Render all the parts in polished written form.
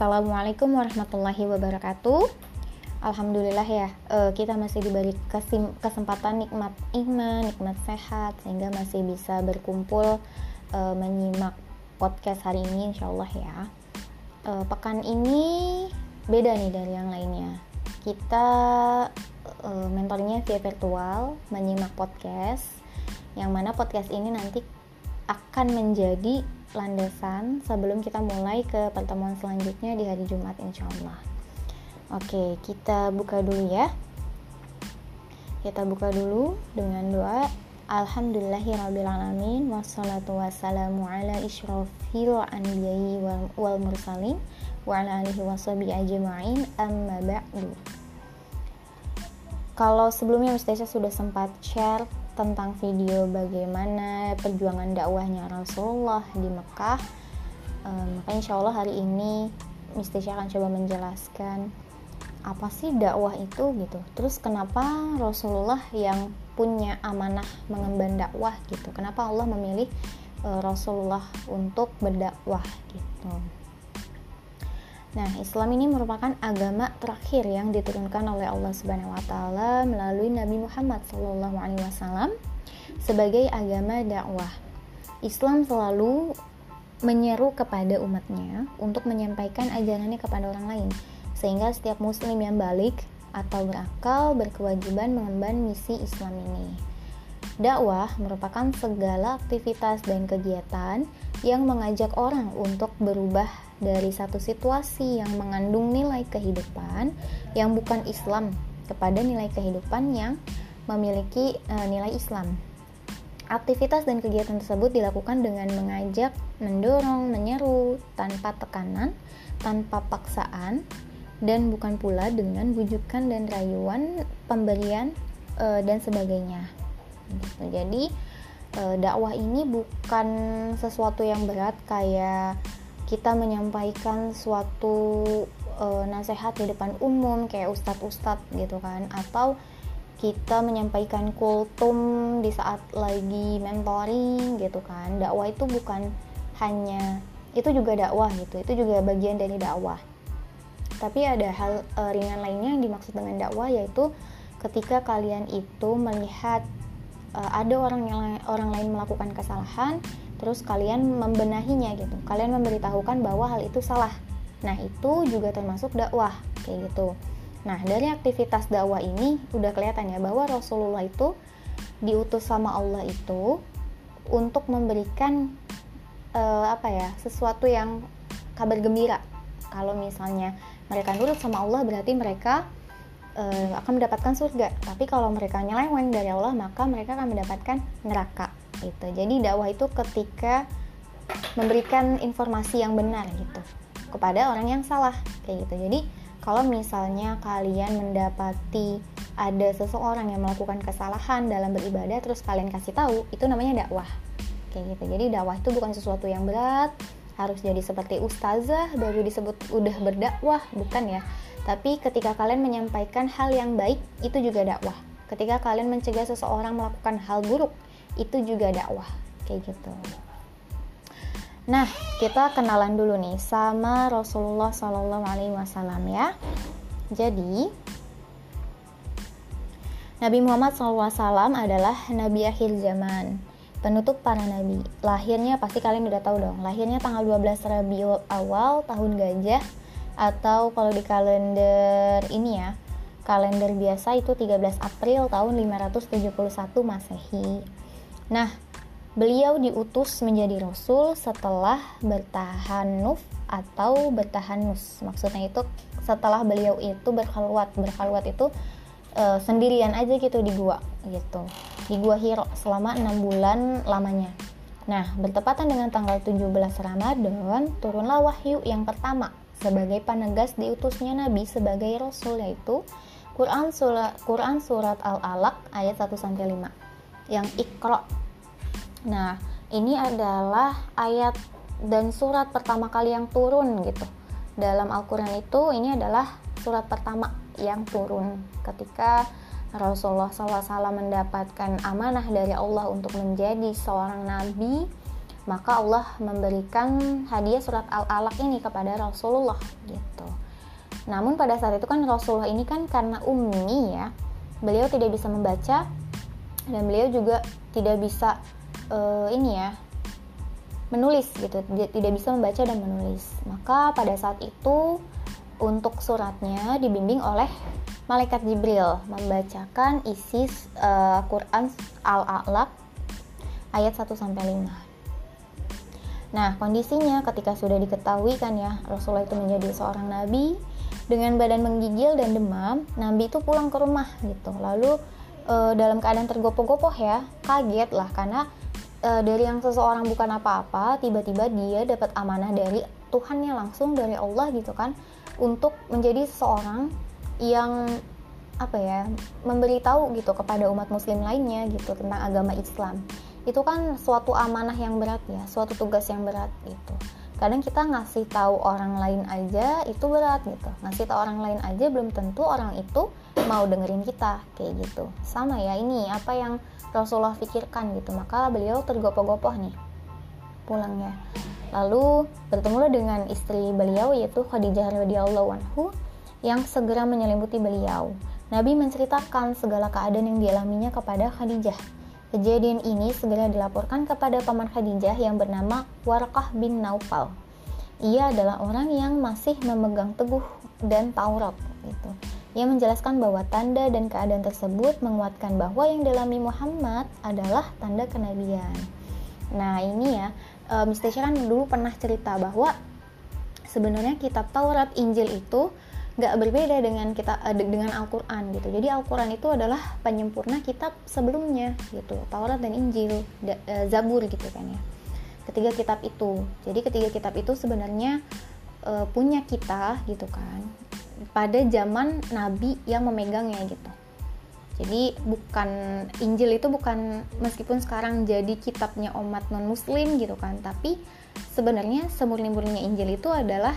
Assalamualaikum warahmatullahi wabarakatuh. Alhamdulillah ya, kita masih diberi kesempatan nikmat iman, nikmat sehat, sehingga masih bisa berkumpul menyimak podcast hari ini insyaallah ya. Pekan ini beda nih dari yang lainnya. Kita mentornya via virtual, menyimak podcast, yang mana podcast ini nanti akan menjadi landasan sebelum kita mulai ke pertemuan selanjutnya di hari Jumat insyaallah. Oke, kita buka dulu ya. Kita buka dulu dengan doa. Alhamdulillahirrabbilalamin, wassalatu wassalamu ala isyrafil anbiya'i wal mursalin wa ala alihi washabihi ajma'in, amma ba'du. Kalau sebelumnya Ustazah sudah sempat share tentang video bagaimana perjuangan dakwahnya Rasulullah di Mekah, maka insya Allah hari ini Ustazah akan coba menjelaskan apa sih dakwah itu gitu. Terus kenapa Rasulullah yang punya amanah mengemban dakwah gitu, kenapa Allah memilih Rasulullah untuk berdakwah gitu. Nah, Islam ini merupakan agama terakhir yang diturunkan oleh Allah Subhanahu wa taala melalui Nabi Muhammad SAW sebagai agama dakwah. Islam selalu menyeru kepada umatnya untuk menyampaikan ajarannya kepada orang lain, sehingga setiap muslim yang balik atau berakal berkewajiban mengemban misi Islam ini. Dakwah merupakan segala aktivitas dan kegiatan yang mengajak orang untuk berubah dari satu situasi yang mengandung nilai kehidupan yang bukan Islam kepada nilai kehidupan yang memiliki nilai Islam. Aktivitas dan kegiatan tersebut dilakukan dengan mengajak, mendorong, menyeru tanpa tekanan, tanpa paksaan, dan bukan pula dengan bujukan dan rayuan, pemberian dan sebagainya. Jadi dakwah ini bukan sesuatu yang berat kayak kita menyampaikan suatu nasihat di depan umum kayak ustadz-ustadz gitu kan, atau kita menyampaikan kultum di saat lagi mentoring gitu kan. Dakwah itu bukan hanya itu, juga dakwah gitu, itu juga bagian dari dakwah. Tapi ada hal ringan lainnya yang dimaksud dengan dakwah, yaitu ketika kalian itu melihat ada orang lain melakukan kesalahan, terus kalian membenahinya gitu, kalian memberitahukan bahwa hal itu salah. Nah, itu juga termasuk dakwah kayak gitu. Nah, dari aktivitas dakwah ini udah kelihatan ya bahwa Rasulullah itu diutus sama Allah itu untuk memberikan sesuatu yang kabar gembira. Kalau misalnya mereka nurut sama Allah, berarti mereka akan mendapatkan surga. Tapi kalau mereka nyeleweng dari Allah, maka mereka akan mendapatkan neraka gitu. Jadi dakwah itu ketika memberikan informasi yang benar gitu kepada orang yang salah kayak gitu. Jadi kalau misalnya kalian mendapati ada seseorang yang melakukan kesalahan dalam beribadah, terus kalian kasih tahu, itu namanya dakwah kayak gitu. Jadi dakwah itu bukan sesuatu yang berat, harus jadi seperti ustazah baru disebut udah berdakwah, bukan ya. Tapi ketika kalian menyampaikan hal yang baik, itu juga dakwah. Ketika kalian mencegah seseorang melakukan hal buruk, itu juga dakwah kayak gitu. Nah, kita kenalan dulu nih sama Rasulullah SAW ya. Jadi Nabi Muhammad SAW adalah Nabi akhir zaman, penutup para nabi. Lahirnya pasti kalian udah tahu dong. Lahirnya tanggal 12 Rabiul Awal tahun gajah, atau kalau di kalender ini ya, kalender biasa itu 13 April tahun 571 Masehi. Nah, beliau diutus menjadi rasul setelah bertahanuf atau bertahanus. Maksudnya itu setelah beliau itu berkhalwat. Berkhalwat itu sendirian aja gitu di gua gitu. Di gua Hiro selama 6 bulan lamanya. Nah, bertepatan dengan tanggal 17 Ramadan turunlah wahyu yang pertama sebagai penegas diutusnya Nabi sebagai Rasul, yaitu Quran surat Al-Alaq ayat 1-5 yang Iqra. Nah, ini adalah ayat dan surat pertama kali yang turun gitu dalam Al-Quran itu. Ini adalah surat pertama yang turun ketika Rasulullah SAW mendapatkan amanah dari Allah untuk menjadi seorang nabi, maka Allah memberikan hadiah surat Al-Alaq ini kepada Rasulullah gitu. Namun pada saat itu kan Rasulullah ini kan karena ummi ya, beliau tidak bisa membaca dan beliau juga tidak bisa menulis gitu, tidak bisa membaca dan menulis. Maka pada saat itu untuk suratnya dibimbing oleh malaikat Jibril membacakan isi Quran Al-Alaq ayat 1-5. Nah, kondisinya ketika sudah diketahui kan ya, Rasulullah itu menjadi seorang nabi dengan badan menggigil dan demam, Nabi itu pulang ke rumah gitu. Lalu dalam keadaan tergopoh-gopoh ya, kaget lah karena dari yang seseorang bukan apa-apa, tiba-tiba dia dapat amanah dari Tuhannya langsung, dari Allah gitu kan, untuk menjadi seseorang yang memberitahu gitu kepada umat muslim lainnya gitu tentang agama Islam. Itu kan suatu amanah yang berat ya, suatu tugas yang berat gitu. Kadang kita ngasih tahu orang lain aja itu berat gitu, ngasih tahu orang lain aja belum tentu orang itu mau dengerin kita kayak gitu. Sama ya, ini apa yang Rasulullah pikirkan gitu, maka beliau tergopoh-gopoh nih pulangnya. Lalu bertemulah dengan istri beliau yaitu Khadijah radhiyallahu anhu yang segera menyelimuti beliau. Nabi menceritakan segala keadaan yang dialaminya kepada Khadijah. Kejadian ini segera dilaporkan kepada paman Khadijah yang bernama Warqah bin Naufal. Ia adalah orang yang masih memegang teguh dan Taurat gitu. Ia menjelaskan bahwa tanda dan keadaan tersebut menguatkan bahwa yang dialami Muhammad adalah tanda kenabian. Nah ini ya, Mr. Syah kan dulu pernah cerita bahwa sebenarnya kitab Taurat Injil itu nggak berbeda dengan Al-Quran gitu. Jadi Al-Quran itu adalah penyempurna kitab sebelumnya gitu, Taurat dan Injil, Zabur gitu kan ya. Ketiga kitab itu. Jadi ketiga kitab itu sebenarnya punya kita gitu kan, pada zaman Nabi yang memegangnya gitu. Jadi bukan Injil itu bukan, meskipun sekarang jadi kitabnya umat non muslim gitu kan, tapi sebenarnya semurni-murninya Injil itu adalah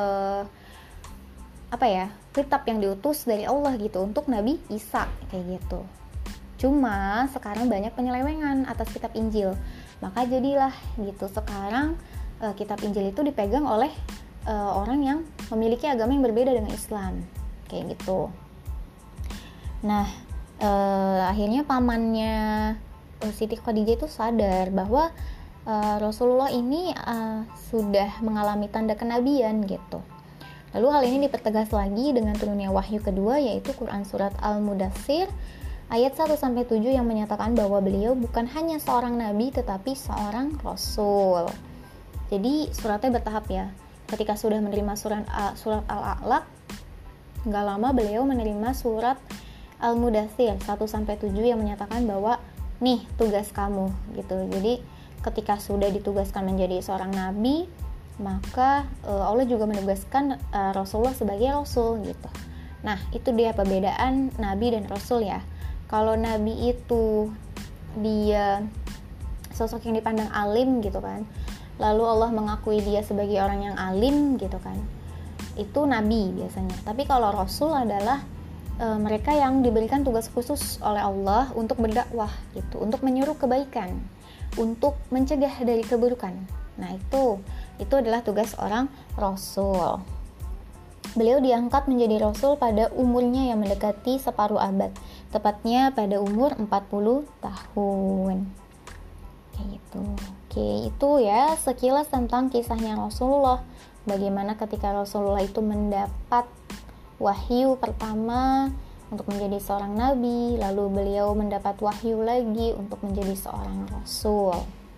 kitab yang diutus dari Allah gitu untuk Nabi Isa kayak gitu. Cuma sekarang banyak penyelewengan atas kitab Injil, maka jadilah gitu sekarang kitab Injil itu dipegang oleh orang yang memiliki agama yang berbeda dengan Islam kayak gitu. Nah akhirnya pamannya Siti Khadijah itu sadar bahwa Rasulullah ini sudah mengalami tanda kenabian gitu. Lalu hal ini dipertegas lagi dengan turunnya wahyu kedua, yaitu Quran Surat Al-Mudaththir ayat 1-7 yang menyatakan bahwa beliau bukan hanya seorang nabi tetapi seorang rasul. Jadi suratnya bertahap ya. Ketika sudah menerima surat Al-A'laq, gak lama beliau menerima surat Al-Mudaththir 1-7 yang menyatakan bahwa nih tugas kamu gitu. Jadi ketika sudah ditugaskan menjadi seorang nabi, maka Allah juga menugaskan Rasulullah sebagai Rasul gitu. Nah itu dia perbedaan Nabi dan Rasul ya. Kalau Nabi itu dia sosok yang dipandang alim gitu kan, lalu Allah mengakui dia sebagai orang yang alim gitu kan, itu Nabi biasanya. Tapi kalau Rasul adalah mereka yang diberikan tugas khusus oleh Allah untuk berdakwah gitu, untuk menyuruh kebaikan, untuk mencegah dari keburukan. Nah itu adalah tugas orang Rasul. Beliau diangkat menjadi Rasul pada umurnya yang mendekati separuh abad, tepatnya pada umur 40 tahun. Kayak gitu. Oke, itu ya sekilas tentang kisahnya Rasulullah. Bagaimana ketika Rasulullah itu mendapat wahyu pertama untuk menjadi seorang nabi, lalu beliau mendapat wahyu lagi untuk menjadi seorang Rasul.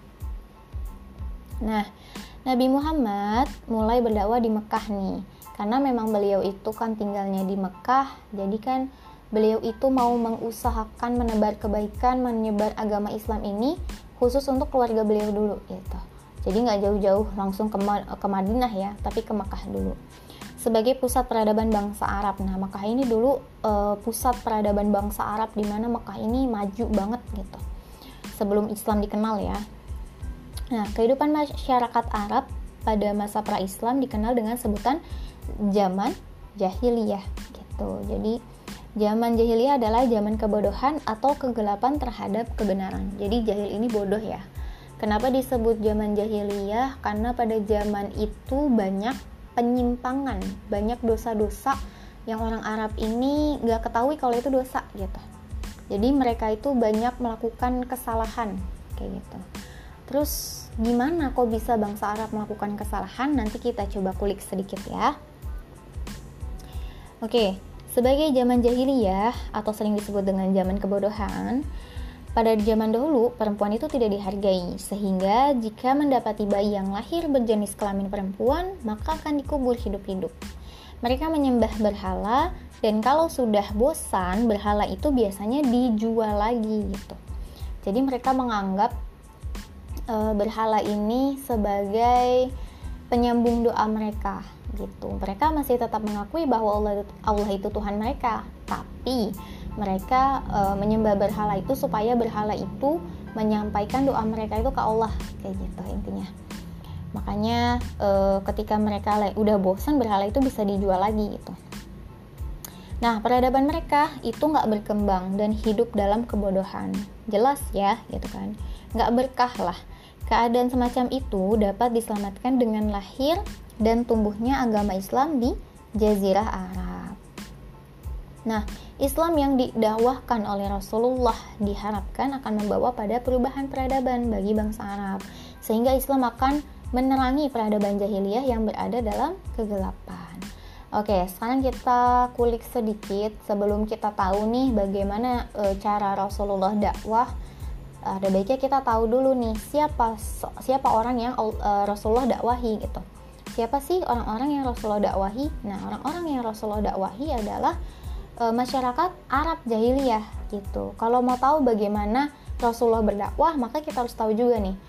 Nah, Nabi Muhammad mulai berdakwah di Mekah nih, karena memang beliau itu kan tinggalnya di Mekah, jadi kan beliau itu mau mengusahakan menebar kebaikan, menyebar agama Islam ini khusus untuk keluarga beliau dulu gitu. Jadi nggak jauh-jauh langsung ke Madinah ya, tapi ke Mekah dulu sebagai pusat peradaban bangsa Arab. Nah, Mekah ini dulu pusat peradaban bangsa Arab, di mana Mekah ini maju banget gitu sebelum Islam dikenal ya. Nah, kehidupan masyarakat Arab pada masa pra-Islam dikenal dengan sebutan zaman jahiliyah gitu. Jadi zaman jahiliyah adalah zaman kebodohan atau kegelapan terhadap kebenaran. Jadi jahil ini bodoh ya. Kenapa disebut zaman jahiliyah? Karena pada zaman itu banyak penyimpangan, banyak dosa-dosa yang orang Arab ini gak ketahui kalau itu dosa gitu. Jadi mereka itu banyak melakukan kesalahan kayak gitu. Terus gimana kok bisa bangsa Arab melakukan kesalahan? Nanti kita coba kulik sedikit ya. Oke, sebagai zaman jahiliyah atau sering disebut dengan zaman kebodohan, pada zaman dahulu perempuan itu tidak dihargai, sehingga jika mendapati bayi yang lahir berjenis kelamin perempuan, maka akan dikubur hidup-hidup. Mereka menyembah berhala, dan kalau sudah bosan, berhala itu biasanya dijual lagi gitu. Jadi mereka menganggap berhala ini sebagai penyambung doa mereka gitu. Mereka masih tetap mengakui bahwa Allah itu Tuhan mereka, tapi mereka menyembah berhala itu supaya berhala itu menyampaikan doa mereka itu ke Allah kayak gitu intinya. Makanya ketika mereka udah bosan, berhala itu bisa dijual lagi gitu. Nah, peradaban mereka itu nggak berkembang dan hidup dalam kebodohan. Jelas ya gitu kan, nggak berkah lah. Keadaan semacam itu dapat diselamatkan dengan lahir dan tumbuhnya agama Islam di Jazirah Arab. Nah, Islam yang didakwahkan oleh Rasulullah diharapkan akan membawa pada perubahan peradaban bagi bangsa Arab, sehingga Islam akan menerangi peradaban jahiliyah yang berada dalam kegelapan. Oke, sekarang kita kulik sedikit sebelum kita tahu nih bagaimana cara Rasulullah dakwah. Ada baiknya kita tahu dulu nih siapa orang yang Rasulullah dakwahi gitu. Siapa sih orang-orang yang Rasulullah dakwahi? Nah, orang-orang yang Rasulullah dakwahi adalah masyarakat Arab jahiliyah gitu. Kalau mau tahu bagaimana Rasulullah berdakwah, maka kita harus tahu juga nih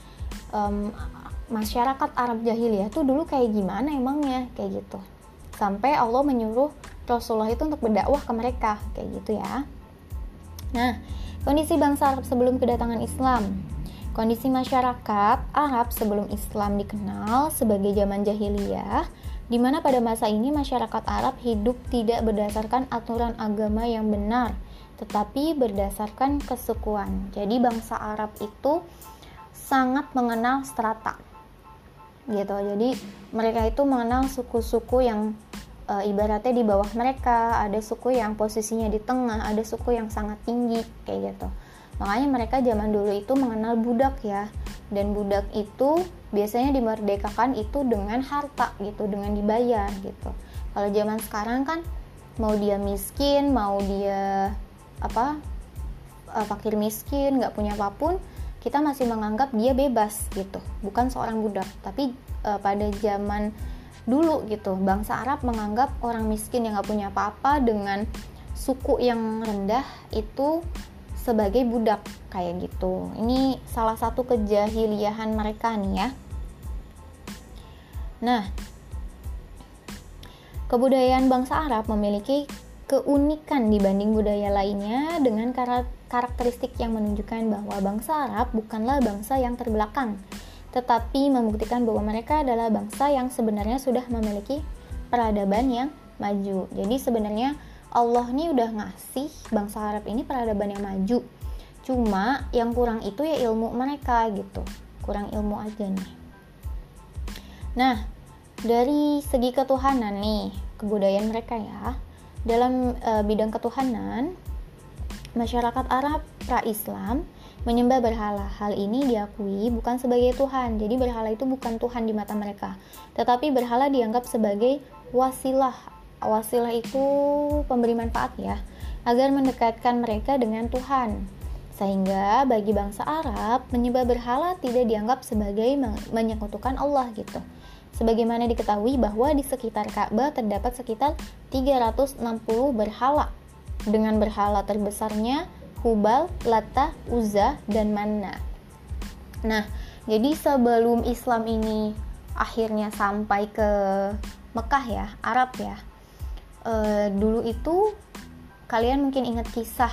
masyarakat Arab jahiliyah tuh dulu kayak gimana emangnya kayak gitu. Sampai Allah menyuruh Rasulullah itu untuk berdakwah ke mereka kayak gitu ya. Nah, kondisi bangsa Arab sebelum kedatangan Islam. Kondisi masyarakat Arab sebelum Islam dikenal sebagai zaman jahiliyah, di mana pada masa ini masyarakat Arab hidup tidak berdasarkan aturan agama yang benar, tetapi berdasarkan kesukuan. Jadi bangsa Arab itu sangat mengenal strata gitu. Jadi mereka itu mengenal suku-suku yang ibaratnya di bawah mereka, ada suku yang posisinya di tengah, ada suku yang sangat tinggi kayak gitu. Makanya mereka zaman dulu itu mengenal budak ya, dan budak itu biasanya dimerdekakan itu dengan harta gitu, dengan dibayar gitu. Kalau zaman sekarang kan mau dia miskin, mau dia fakir miskin, nggak punya apapun, kita masih menganggap dia bebas gitu, bukan seorang budak. Tapi pada zaman dulu gitu, bangsa Arab menganggap orang miskin yang nggak punya apa-apa dengan suku yang rendah itu sebagai budak kayak gitu. Ini salah satu kejahiliahan mereka nih ya. Nah, kebudayaan bangsa Arab memiliki keunikan dibanding budaya lainnya dengan karakteristik yang menunjukkan bahwa bangsa Arab bukanlah bangsa yang terbelakang, tetapi membuktikan bahwa mereka adalah bangsa yang sebenarnya sudah memiliki peradaban yang maju. Jadi sebenarnya Allah nih udah ngasih bangsa Arab ini peradaban yang maju. Cuma yang kurang itu ya ilmu mereka gitu. Kurang ilmu aja nih. Nah, dari segi ketuhanan nih, kebudayaan mereka ya. Dalam bidang ketuhanan, masyarakat Arab pra-Islam menyembah berhala. Hal ini diakui bukan sebagai Tuhan. Jadi berhala itu bukan Tuhan di mata mereka. Tetapi berhala dianggap sebagai wasilah. Wasilah itu pemberi manfaat ya, agar mendekatkan mereka dengan Tuhan. Sehingga bagi bangsa Arab, menyembah berhala tidak dianggap sebagai menyekutukan Allah gitu. Sebagaimana diketahui bahwa di sekitar Ka'bah terdapat sekitar 360 berhala. Dengan berhala terbesarnya Hubal, Lata, Uzza, dan Manna. Nah, jadi sebelum Islam ini akhirnya sampai ke Mekah ya, Arab ya, dulu itu kalian mungkin ingat kisah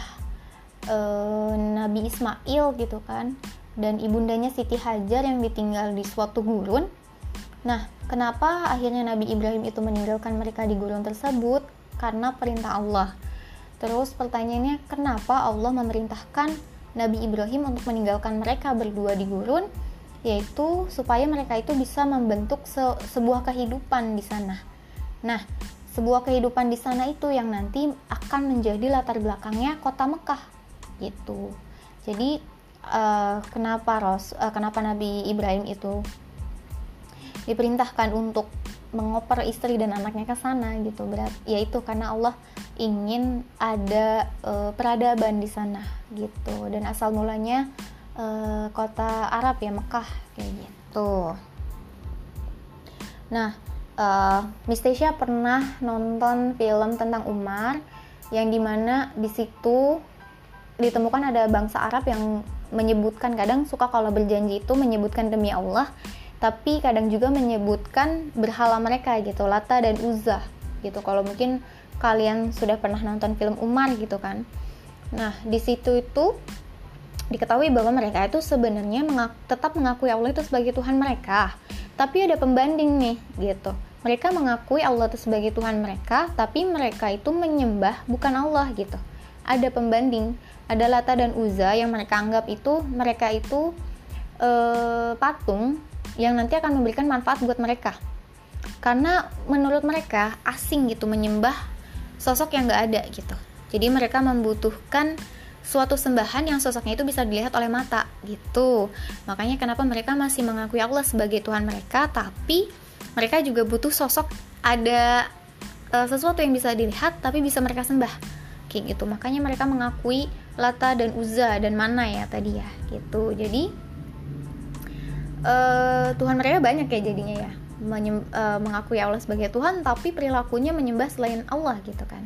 Nabi Ismail gitu kan, dan ibundanya Siti Hajar yang ditinggal di suatu gurun. Nah, kenapa akhirnya Nabi Ibrahim itu meninggalkan mereka di gurun tersebut? Karena perintah Allah. Terus pertanyaannya, kenapa Allah memerintahkan Nabi Ibrahim untuk meninggalkan mereka berdua di gurun? yaitu supaya mereka itu bisa membentuk sebuah kehidupan di sana. Nah, sebuah kehidupan di sana itu yang nanti akan menjadi latar belakangnya kota Mekah gitu. Jadi kenapa Nabi Ibrahim itu diperintahkan untuk mengoper istri dan anaknya ke sana gitu, yaitu karena Allah ingin ada peradaban di sana gitu, dan asal mulanya kota Arab ya, Mekah kayak gitu. Nah, Miss Tasya pernah nonton film tentang Umar yang dimana di situ ditemukan ada bangsa Arab yang menyebutkan, kadang suka kalau berjanji itu menyebutkan demi Allah, tapi kadang juga menyebutkan berhala mereka gitu, Lata dan Uzza gitu. Kalau mungkin kalian sudah pernah nonton film Umar gitu kan. Nah, di situ itu diketahui bahwa mereka itu sebenarnya tetap mengakui Allah itu sebagai Tuhan mereka. Tapi ada pembanding nih gitu. Mereka mengakui Allah itu sebagai Tuhan mereka, tapi mereka itu menyembah bukan Allah gitu. Ada pembanding, ada Lata dan Uzza yang mereka anggap itu patung yang nanti akan memberikan manfaat buat mereka. Karena menurut mereka asing gitu menyembah sosok yang gak ada gitu. Jadi mereka membutuhkan suatu sembahan yang sosoknya itu bisa dilihat oleh mata gitu. Makanya kenapa mereka masih mengakui Allah sebagai Tuhan mereka, tapi mereka juga butuh sosok, ada sesuatu yang bisa dilihat tapi bisa mereka sembah kayak gitu. Makanya mereka mengakui Lata dan Uzza dan Mana ya tadi ya gitu. Jadi Tuhan mereka banyak ya jadinya ya, mengakui Allah sebagai Tuhan tapi perilakunya menyembah selain Allah gitu kan.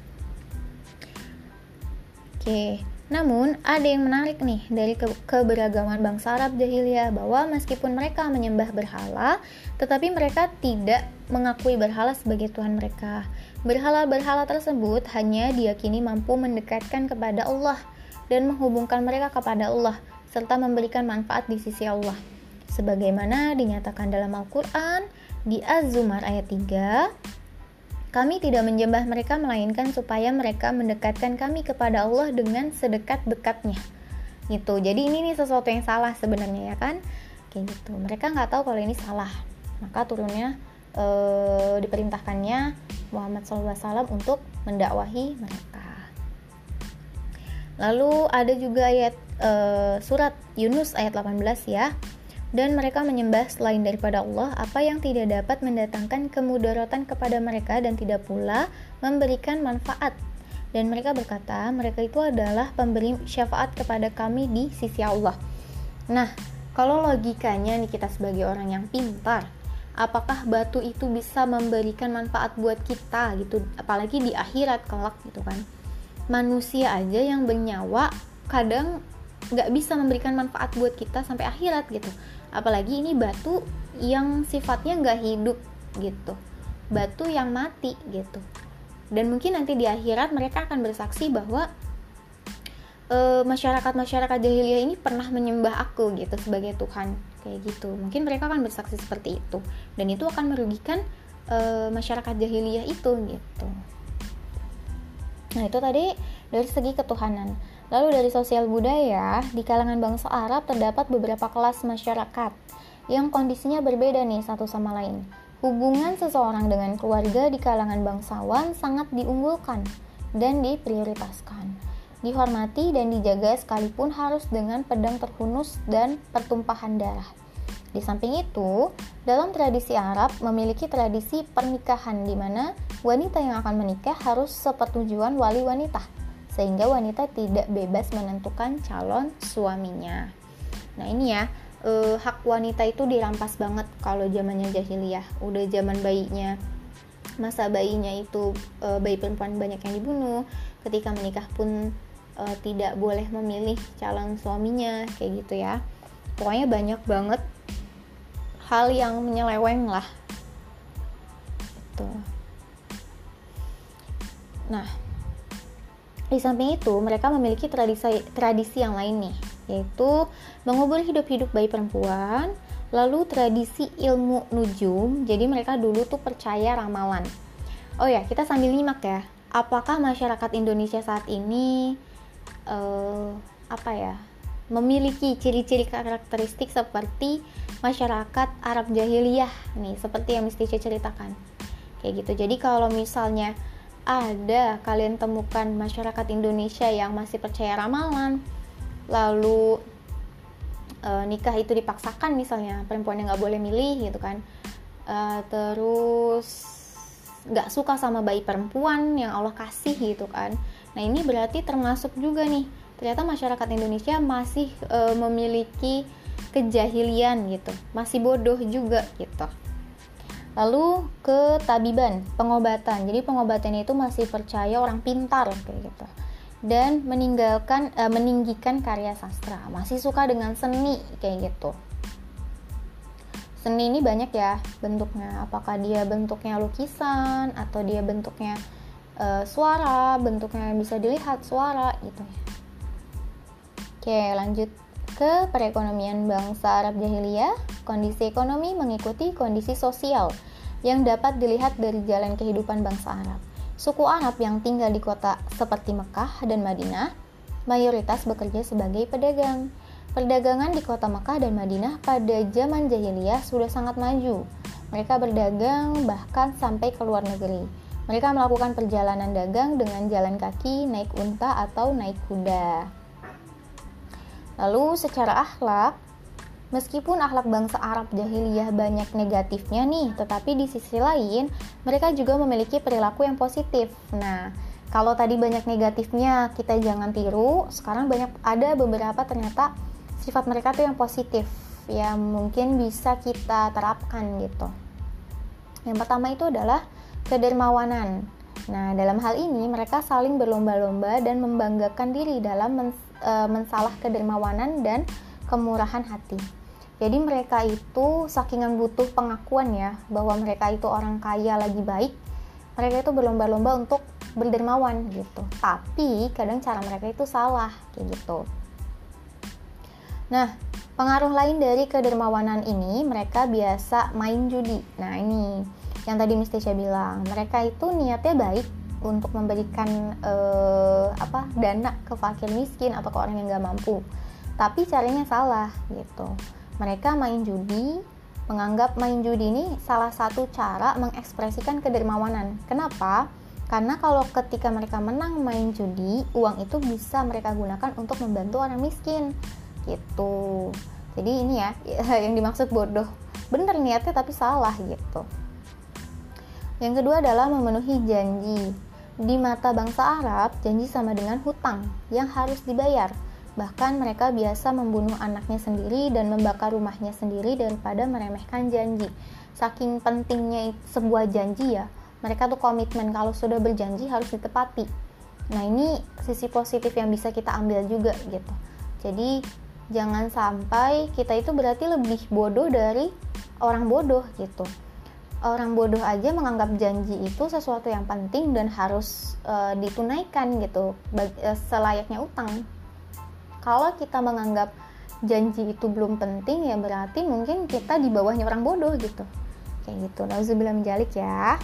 Oke, namun ada yang menarik nih dari keberagaman bangsa Arab jahiliyah, bahwa meskipun mereka menyembah berhala, tetapi mereka tidak mengakui berhala sebagai Tuhan mereka. Berhala-berhala tersebut hanya diyakini mampu mendekatkan kepada Allah dan menghubungkan mereka kepada Allah, serta memberikan manfaat di sisi Allah. Sebagaimana dinyatakan dalam Al-Quran di Az-Zumar ayat 3, kami tidak menyembah mereka melainkan supaya mereka mendekatkan kami kepada Allah dengan sedekat-dekatnya gitu. Jadi ini nih sesuatu yang salah sebenarnya ya kan, kayak gitu. Mereka nggak tahu kalau ini salah, maka turunnya diperintahkannya Muhammad SAW untuk mendakwahi mereka. Lalu ada juga ayat surat Yunus ayat 18 ya. Dan mereka menyembah selain daripada Allah apa yang tidak dapat mendatangkan kemudaratan kepada mereka dan tidak pula memberikan manfaat. Dan mereka berkata, mereka itu adalah pemberi syafaat kepada kami di sisi Allah. Nah, kalau logikanya nih kita sebagai orang yang pintar, apakah batu itu bisa memberikan manfaat buat kita gitu, apalagi di akhirat kelak gitu kan. Manusia aja yang bernyawa kadang gak bisa memberikan manfaat buat kita sampai akhirat gitu, apalagi ini batu yang sifatnya gak hidup gitu, batu yang mati gitu. Dan mungkin nanti di akhirat mereka akan bersaksi bahwa masyarakat jahiliyah ini pernah menyembah aku gitu sebagai Tuhan, kayak gitu. Mungkin mereka akan bersaksi seperti itu, dan itu akan merugikan masyarakat jahiliyah itu gitu. Nah itu tadi dari segi ketuhanan. Lalu dari sosial budaya, di kalangan bangsa Arab terdapat beberapa kelas masyarakat yang kondisinya berbeda nih satu sama lain. Hubungan seseorang dengan keluarga di kalangan bangsawan sangat diunggulkan dan diprioritaskan, dihormati dan dijaga sekalipun harus dengan pedang terhunus dan pertumpahan darah. Di samping itu, dalam tradisi Arab memiliki tradisi pernikahan di mana wanita yang akan menikah harus sepertujuan wali wanita, sehingga wanita tidak bebas menentukan calon suaminya. Nah ini ya, hak wanita itu dirampas banget kalau zamannya jahiliyah. Udah zaman bayinya, masa bayinya itu bayi perempuan banyak yang dibunuh. Ketika menikah pun tidak boleh memilih calon suaminya, kayak gitu ya. Pokoknya banyak banget hal yang menyeleweng lah gitu. Nah di samping itu, mereka memiliki tradisi yang lain nih, yaitu mengubur hidup-hidup bayi perempuan, lalu tradisi ilmu nujum. Jadi mereka dulu tuh percaya ramalan. Oh ya, kita sambil nyimak ya. Apakah masyarakat Indonesia saat ini memiliki ciri-ciri karakteristik seperti masyarakat Arab jahiliyah nih, seperti yang Misti ceritakan kayak gitu. Jadi kalau misalnya ada kalian temukan masyarakat Indonesia yang masih percaya ramalan, lalu nikah itu dipaksakan, misalnya perempuan yang nggak boleh milih gitu kan, terus nggak suka sama bayi perempuan yang Allah kasih gitu kan. Nah ini berarti termasuk juga nih, ternyata masyarakat Indonesia masih memiliki kejahilian gitu, masih bodoh juga gitu. Lalu ketabiban, pengobatan. Jadi pengobatannya itu masih percaya orang pintar kayak gitu. Dan meninggikan karya sastra, masih suka dengan seni kayak gitu. Seni ini banyak ya bentuknya, apakah dia bentuknya lukisan atau dia bentuknya suara, bentuknya bisa dilihat suara gitu ya. Oke, lanjut ke perekonomian bangsa Arab jahiliyah. Kondisi ekonomi mengikuti kondisi sosial yang dapat dilihat dari jalan kehidupan bangsa Arab. Suku Arab yang tinggal di kota seperti Mekah dan Madinah mayoritas bekerja sebagai pedagang. Perdagangan di kota Mekah dan Madinah pada zaman jahiliyah sudah sangat maju. Mereka berdagang bahkan sampai ke luar negeri. Mereka melakukan perjalanan dagang dengan jalan kaki, naik unta atau naik kuda. Lalu secara akhlak, meskipun akhlak bangsa Arab jahiliyah banyak negatifnya nih, tetapi di sisi lain mereka juga memiliki perilaku yang positif. Nah, kalau tadi banyak negatifnya, kita jangan tiru. Sekarang ada beberapa ternyata sifat mereka tuh yang positif, yang mungkin bisa kita terapkan gitu. Yang pertama itu adalah kedermawanan. Nah, dalam hal ini mereka saling berlomba-lomba dan membanggakan diri dalam mensalah kedermawanan dan kemurahan hati. Jadi mereka itu sakingan butuh pengakuan ya, bahwa mereka itu orang kaya lagi baik, mereka itu berlomba-lomba untuk berdermawan gitu. Tapi kadang cara mereka itu salah kayak gitu. Nah, pengaruh lain dari kedermawanan ini, mereka biasa main judi. Nah, ini yang tadi Miss Tisha bilang, mereka itu niatnya baik untuk memberikan dana ke fakir miskin atau ke orang yang nggak mampu, tapi caranya salah gitu. Mereka main judi, menganggap main judi ini salah satu cara mengekspresikan kedermawanan. Kenapa? Karena kalau ketika mereka menang main judi, uang itu bisa mereka gunakan untuk membantu orang miskin gitu. Jadi ini ya yang dimaksud bodoh, bener niatnya tapi salah gitu. Yang kedua adalah memenuhi janji. Di mata bangsa Arab, janji sama dengan hutang yang harus dibayar. Bahkan mereka biasa membunuh anaknya sendiri dan membakar rumahnya sendiri daripada meremehkan janji. Saking pentingnya sebuah janji ya, mereka tuh komitmen kalau sudah berjanji harus ditepati. Nah ini sisi positif yang bisa kita ambil juga gitu. Jadi jangan sampai kita itu berarti lebih bodoh dari orang bodoh gitu. Orang bodoh aja menganggap janji itu sesuatu yang penting dan harus ditunaikan gitu, selayaknya utang. Kalau kita menganggap janji itu belum penting, ya berarti mungkin kita di bawahnya orang bodoh gitu. Kayak gitu. Nauzubillah min dzalik ya.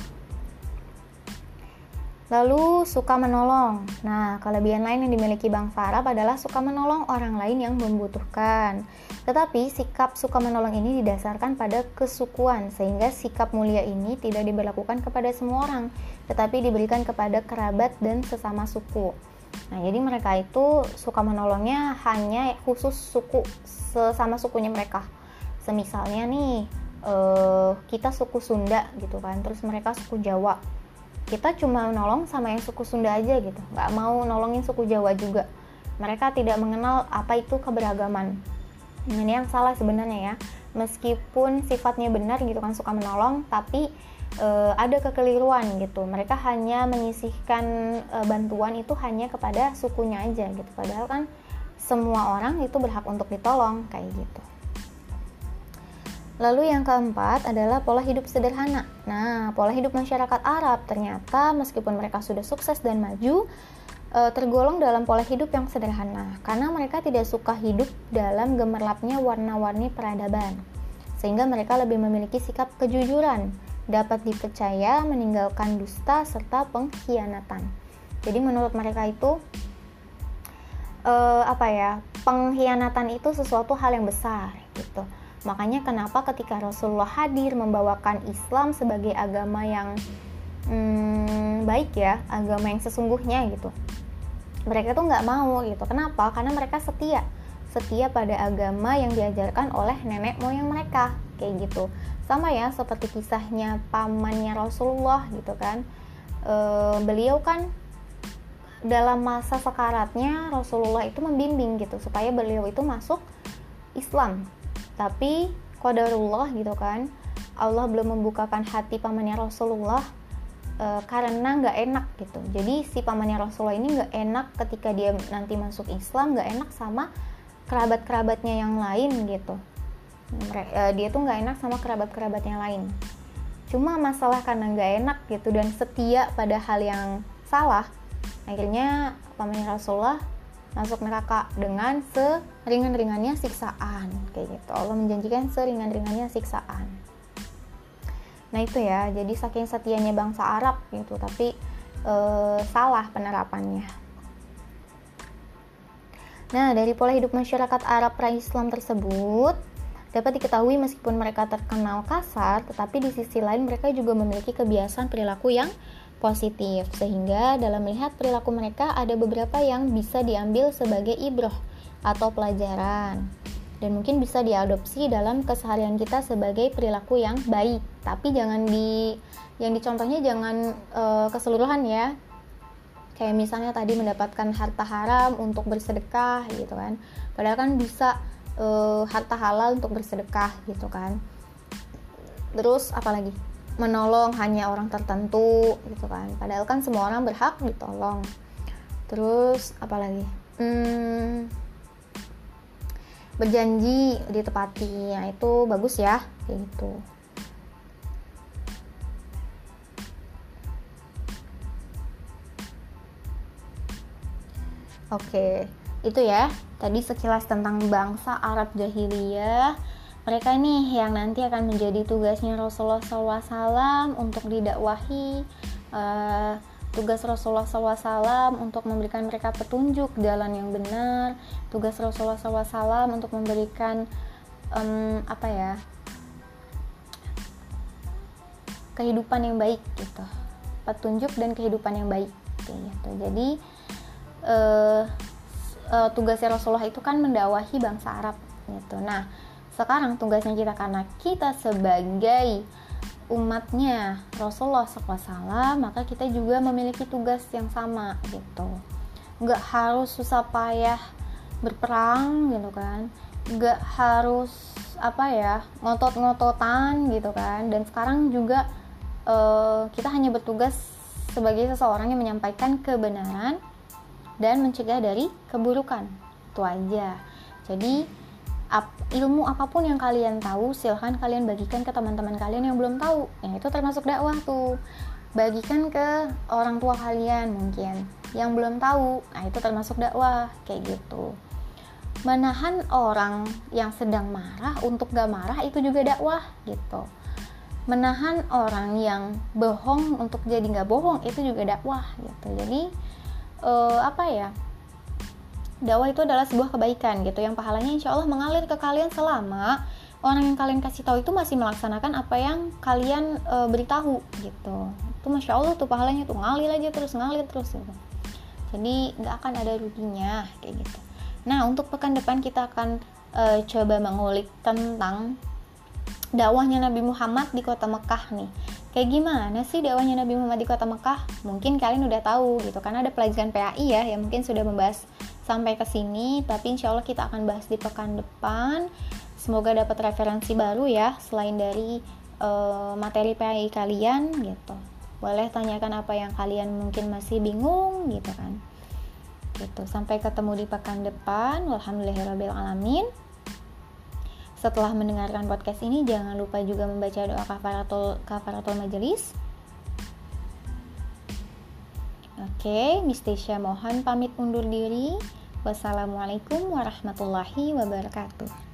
Lalu suka menolong. Nah, kelebihan lain yang dimiliki bangsa Arab adalah suka menolong orang lain yang membutuhkan. Tetapi sikap suka menolong ini didasarkan pada kesukuan, sehingga sikap mulia ini tidak diberlakukan kepada semua orang, tetapi diberikan kepada kerabat dan sesama suku. Nah, jadi mereka itu suka menolongnya hanya khusus suku, sesama sukunya mereka. Semisalnya nih, kita suku Sunda gitu kan, terus mereka suku Jawa. Kita cuma nolong sama yang suku Sunda aja gitu, nggak mau nolongin suku Jawa juga. Mereka tidak mengenal apa itu keberagaman. Ini yang salah sebenarnya ya. Meskipun sifatnya benar gitu kan, suka menolong, tapi ada kekeliruan gitu. Mereka hanya menyisihkan bantuan itu hanya kepada sukunya aja gitu. Padahal kan semua orang itu berhak untuk ditolong kayak gitu. Lalu yang keempat adalah pola hidup sederhana. Nah, pola hidup masyarakat Arab ternyata meskipun mereka sudah sukses dan maju, tergolong dalam pola hidup yang sederhana. Karena mereka tidak suka hidup dalam gemerlapnya warna-warni peradaban. Sehingga mereka lebih memiliki sikap kejujuran, dapat dipercaya, meninggalkan dusta, serta pengkhianatan. Jadi menurut mereka itu, pengkhianatan itu sesuatu hal yang besar gitu. Makanya kenapa ketika Rasulullah hadir membawakan Islam sebagai agama yang baik ya, agama yang sesungguhnya gitu, mereka tuh nggak mau gitu. Kenapa? Karena mereka setia pada agama yang diajarkan oleh nenek moyang mereka kayak gitu. Sama ya seperti kisahnya pamannya Rasulullah gitu kan. Beliau kan dalam masa sekaratnya Rasulullah itu membimbing gitu supaya beliau itu masuk Islam. Tapi qadarullah gitu kan, Allah belum membukakan hati pamannya Rasulullah karena nggak enak gitu. Jadi si pamannya Rasulullah ini nggak enak ketika dia nanti masuk Islam, nggak enak sama kerabat-kerabatnya yang lain gitu. Dia tuh nggak enak sama kerabat-kerabatnya lain. Cuma masalah karena nggak enak gitu dan setia pada hal yang salah, akhirnya pamannya Rasulullah masuk neraka dengan seringan-ringannya siksaan kayak gitu. Allah menjanjikan seringan-ringannya siksaan. Nah itu ya, jadi saking setianya bangsa Arab gitu, tapi salah penerapannya. Nah dari pola hidup masyarakat Arab pra-Islam tersebut dapat diketahui meskipun mereka terkenal kasar, tetapi di sisi lain mereka juga memiliki kebiasaan perilaku yang positif, sehingga dalam melihat perilaku mereka ada beberapa yang bisa diambil sebagai ibrah atau pelajaran dan mungkin bisa diadopsi dalam keseharian kita sebagai perilaku yang baik. Tapi jangan yang dicontohnya jangan keseluruhan ya, kayak misalnya tadi mendapatkan harta haram untuk bersedekah gitu kan, padahal kan bisa harta halal untuk bersedekah gitu kan. Terus apalagi menolong hanya orang tertentu gitu kan, padahal kan semua orang berhak ditolong. Terus apalagi berjanji ditepati, ya itu bagus ya kayak gitu. Oke, itu ya tadi sekilas tentang bangsa Arab jahiliyah. Mereka nih yang nanti akan menjadi tugasnya Rasulullah SAW untuk didakwahi, tugas Rasulullah SAW untuk memberikan mereka petunjuk jalan yang benar, tugas Rasulullah SAW untuk memberikan kehidupan yang baik gitu, petunjuk dan kehidupan yang baik gitu. Jadi tugasnya Rasulullah itu kan mendakwahi bangsa Arab gitu. Nah sekarang tugasnya kita, karena kita sebagai umatnya Rasulullah SAW, maka kita juga memiliki tugas yang sama gitu. Nggak harus susah payah berperang gitu kan, nggak harus ngotot-ngototan gitu kan. Dan sekarang juga kita hanya bertugas sebagai seseorang yang menyampaikan kebenaran dan mencegah dari keburukan, itu aja. Jadi ilmu apapun yang kalian tahu, silahkan kalian bagikan ke teman-teman kalian yang belum tahu. Yang itu termasuk dakwah tuh. Bagikan ke orang tua kalian mungkin yang belum tahu. Nah itu termasuk dakwah kayak gitu. Menahan orang yang sedang marah untuk gak marah itu juga dakwah gitu. Menahan orang yang bohong untuk jadi gak bohong itu juga dakwah gitu. Jadi dakwah itu adalah sebuah kebaikan gitu, yang pahalanya insya Allah mengalir ke kalian selama orang yang kalian kasih tahu itu masih melaksanakan apa yang kalian beritahu gitu. Itu masya Allah tuh pahalanya tuh ngalir terus gitu. Jadi nggak akan ada ruginya kayak gitu. Nah untuk pekan depan kita akan coba mengulik tentang dakwahnya Nabi Muhammad di kota Mekah nih. Kayak gimana sih dakwahnya Nabi Muhammad di kota Mekah? Mungkin kalian udah tahu gitu, karena ada pelajaran PAI ya yang mungkin sudah membahas sampai ke sini, tapi insya Allah kita akan bahas di pekan depan. Semoga dapat referensi baru ya, selain dari materi PAI kalian gitu. Boleh tanyakan apa yang kalian mungkin masih bingung gitu kan. Gitu. Sampai ketemu di pekan depan. Walhamdulillahirabbil alamin. Setelah mendengarkan podcast ini, jangan lupa juga membaca doa kafaratul majelis. Oke, Miss Tisha mohon pamit undur diri. Wassalamualaikum warahmatullahi wabarakatuh.